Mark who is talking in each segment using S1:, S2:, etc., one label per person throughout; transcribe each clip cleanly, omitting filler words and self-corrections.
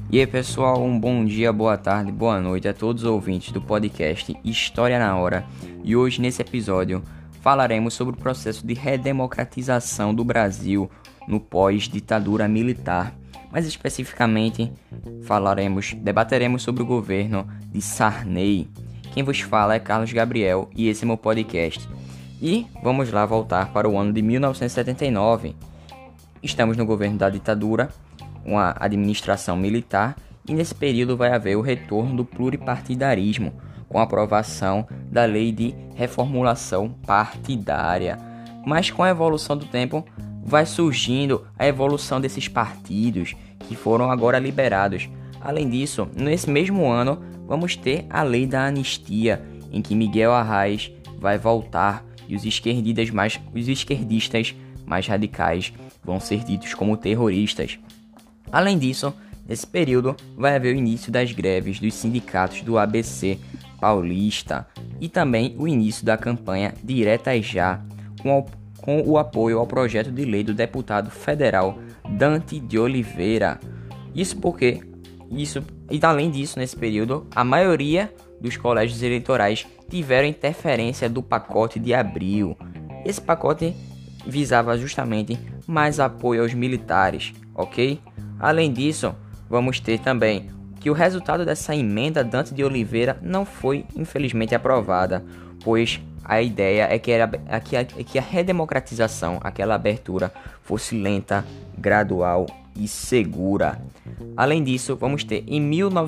S1: E aí pessoal, um bom dia, boa tarde, boa noite a todos os ouvintes do podcast História na Hora. E hoje nesse episódio falaremos sobre o processo de redemocratização do Brasil no pós-ditadura militar. Mais especificamente, debateremos sobre o governo de Sarney. Quem vos fala é Carlos Gabriel e esse é meu podcast. E vamos lá voltar para o ano de 1979. Estamos no governo da ditadura, uma administração militar, e nesse período vai haver o retorno do pluripartidarismo, com a aprovação da lei de reformulação partidária. Mas com a evolução do tempo, vai surgindo a evolução desses partidos, que foram agora liberados. Além disso, nesse mesmo ano, vamos ter a lei da anistia, em que Miguel Arraes vai voltar, e os esquerdistas mais radicais vão ser ditos como terroristas. Além disso, nesse período vai haver o início das greves dos sindicatos do ABC paulista e também o início da campanha Diretas Já, com o apoio ao projeto de lei do deputado federal Dante de Oliveira. E além disso, nesse período, a maioria dos colégios eleitorais tiveram interferência do pacote de abril. Esse pacote visava justamente mais apoio aos militares, ok? Além disso, vamos ter também que o resultado dessa emenda Dante de Oliveira não foi, infelizmente, aprovada, pois a ideia é que a redemocratização, aquela abertura, fosse lenta, gradual e segura. Além disso, vamos ter em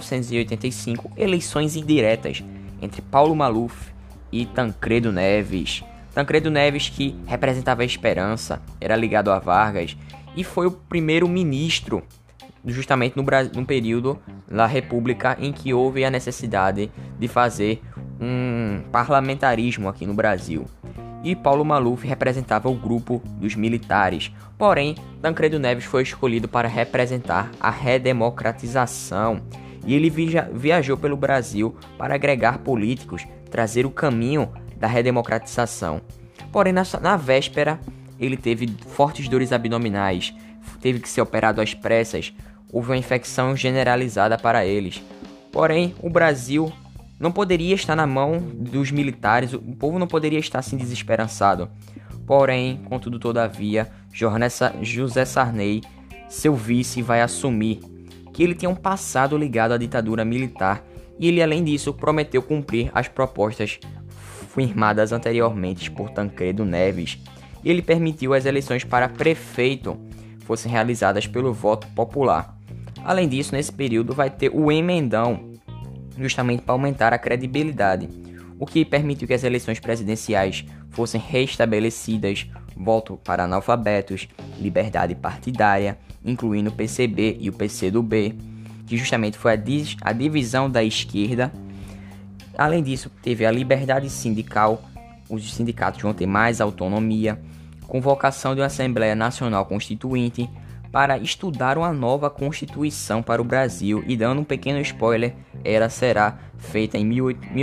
S1: 1985 eleições indiretas entre Paulo Maluf e Tancredo Neves. Tancredo Neves, que representava a esperança, era ligado a Vargas e foi o primeiro ministro justamente no período da República em que houve a necessidade de fazer um parlamentarismo aqui no Brasil. E Paulo Maluf representava o grupo dos militares. Porém, Tancredo Neves foi escolhido para representar a redemocratização. E ele viajou pelo Brasil para agregar políticos, trazer o caminho da redemocratização. Porém, na véspera, ele teve fortes dores abdominais, teve que ser operado às pressas, houve uma infecção generalizada para eles. Porém, o Brasil não poderia estar na mão dos militares, o povo não poderia estar assim desesperançado. Porém, contudo, todavia, José Sarney, seu vice, vai assumir que ele tinha um passado ligado à ditadura militar e ele, além disso, prometeu cumprir as propostas firmadas anteriormente por Tancredo Neves. E ele permitiu as eleições para prefeito fossem realizadas pelo voto popular. Além disso, nesse período vai ter o emendão, justamente para aumentar a credibilidade, o que permitiu que as eleições presidenciais fossem restabelecidas, voto para analfabetos, liberdade partidária, incluindo o PCB e o PCdoB, que justamente foi a divisão da esquerda. Além disso, teve a liberdade sindical, os sindicatos vão ter mais autonomia, convocação de uma Assembleia Nacional Constituinte para estudar uma nova Constituição para o Brasil, e dando um pequeno spoiler, ela será feita em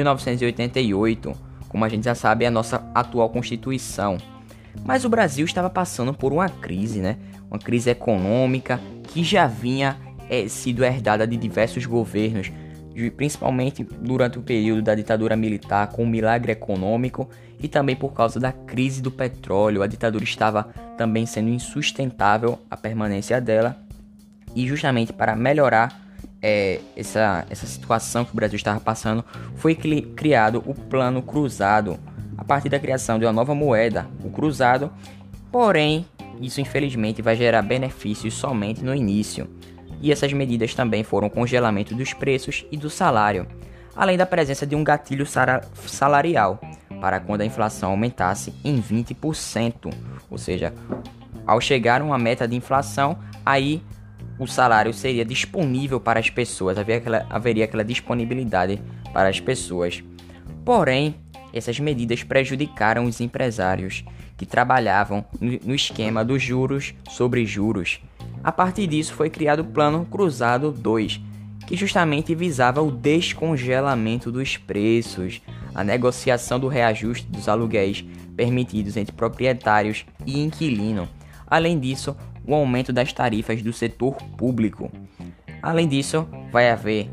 S1: 1988, como a gente já sabe, é a nossa atual Constituição. Mas o Brasil estava passando por uma crise, uma crise econômica que já vinha sido herdada de diversos governos, principalmente durante o período da ditadura militar, com o milagre econômico e também por causa da crise do petróleo. A ditadura estava também sendo insustentável, a permanência dela, e justamente para melhorar essa situação que o Brasil estava passando, foi criado o Plano Cruzado, a partir da criação de uma nova moeda, o cruzado. Porém, isso infelizmente vai gerar benefícios somente no início. E essas medidas também foram o congelamento dos preços e do salário, além da presença de um gatilho salarial, para quando a inflação aumentasse em 20%. Ou seja, ao chegar a uma meta de inflação, aí o salário seria disponível para as pessoas, haveria aquela disponibilidade para as pessoas. Porém, essas medidas prejudicaram os empresários que trabalhavam no esquema dos juros sobre juros. A partir disso foi criado o Plano Cruzado 2, que justamente visava o descongelamento dos preços, a negociação do reajuste dos aluguéis permitidos entre proprietários e inquilino. Além disso, o aumento das tarifas do setor público. Além disso, vai haver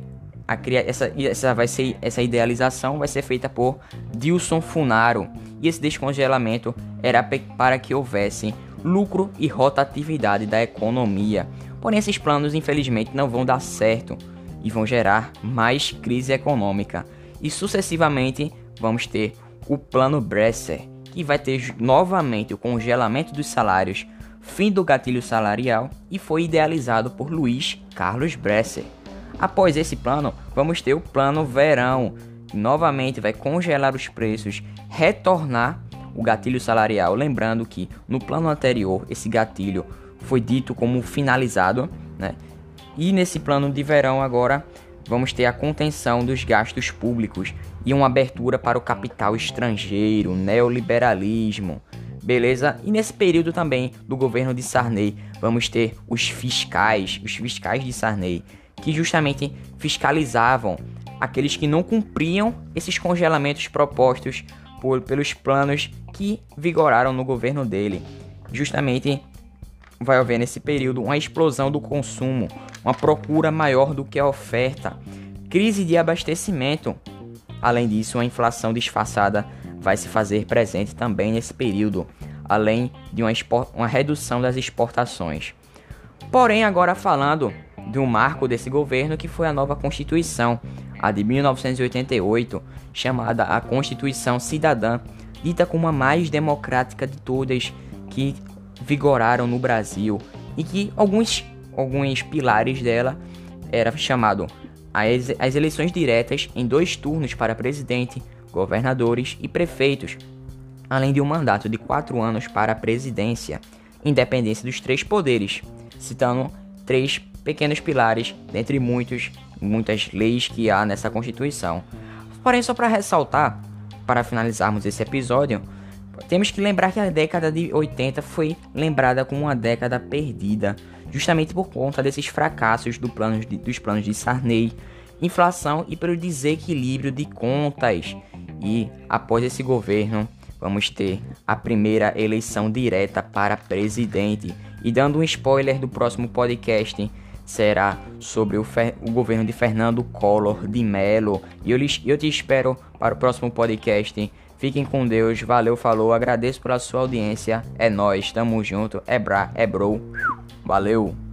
S1: essa idealização vai ser feita por Dilson Funaro, e esse descongelamento era para que houvesse lucro e rotatividade da economia. Porém, esses planos infelizmente não vão dar certo e vão gerar mais crise econômica. E sucessivamente vamos ter o plano Bresser, que vai ter novamente o congelamento dos salários, fim do gatilho salarial, e foi idealizado por Luiz Carlos Bresser. Após esse plano, vamos ter o plano Verão, que novamente vai congelar os preços, retornar o gatilho salarial. Lembrando que no plano anterior esse gatilho foi dito como finalizado, né? E nesse plano de verão agora vamos ter a contenção dos gastos públicos e uma abertura para o capital estrangeiro, neoliberalismo, beleza? E nesse período também do governo de Sarney vamos ter os fiscais de Sarney, que justamente fiscalizavam aqueles que não cumpriam esses congelamentos propostos pelos planos que vigoraram no governo dele. Justamente vai haver nesse período uma explosão do consumo, uma procura maior do que a oferta, crise de abastecimento. Além disso, a inflação disfarçada vai se fazer presente também nesse período, além de uma redução das exportações. Porém, agora falando de um marco desse governo, que foi a nova Constituição, a de 1988, chamada a Constituição Cidadã, dita como a mais democrática de todas que vigoraram no Brasil, e que alguns pilares dela era chamado as eleições diretas em 2 turnos para presidente, governadores e prefeitos, além de um mandato de 4 anos para a presidência, independência dos 3 poderes, citando 3 pequenos pilares dentre muitas leis que há nessa Constituição. Porém, só para ressaltar, para finalizarmos esse episódio, temos que lembrar que a década de 80 foi lembrada como uma década perdida, justamente por conta desses fracassos dos planos de Sarney, inflação e pelo desequilíbrio de contas. E após esse governo, vamos ter a primeira eleição direta para presidente. E dando um spoiler do próximo podcast, será sobre o governo de Fernando Collor de Mello. E eu te espero para o próximo podcast. Fiquem com Deus, valeu, falou, agradeço pela sua audiência, é nóis, tamo junto, é bro, valeu!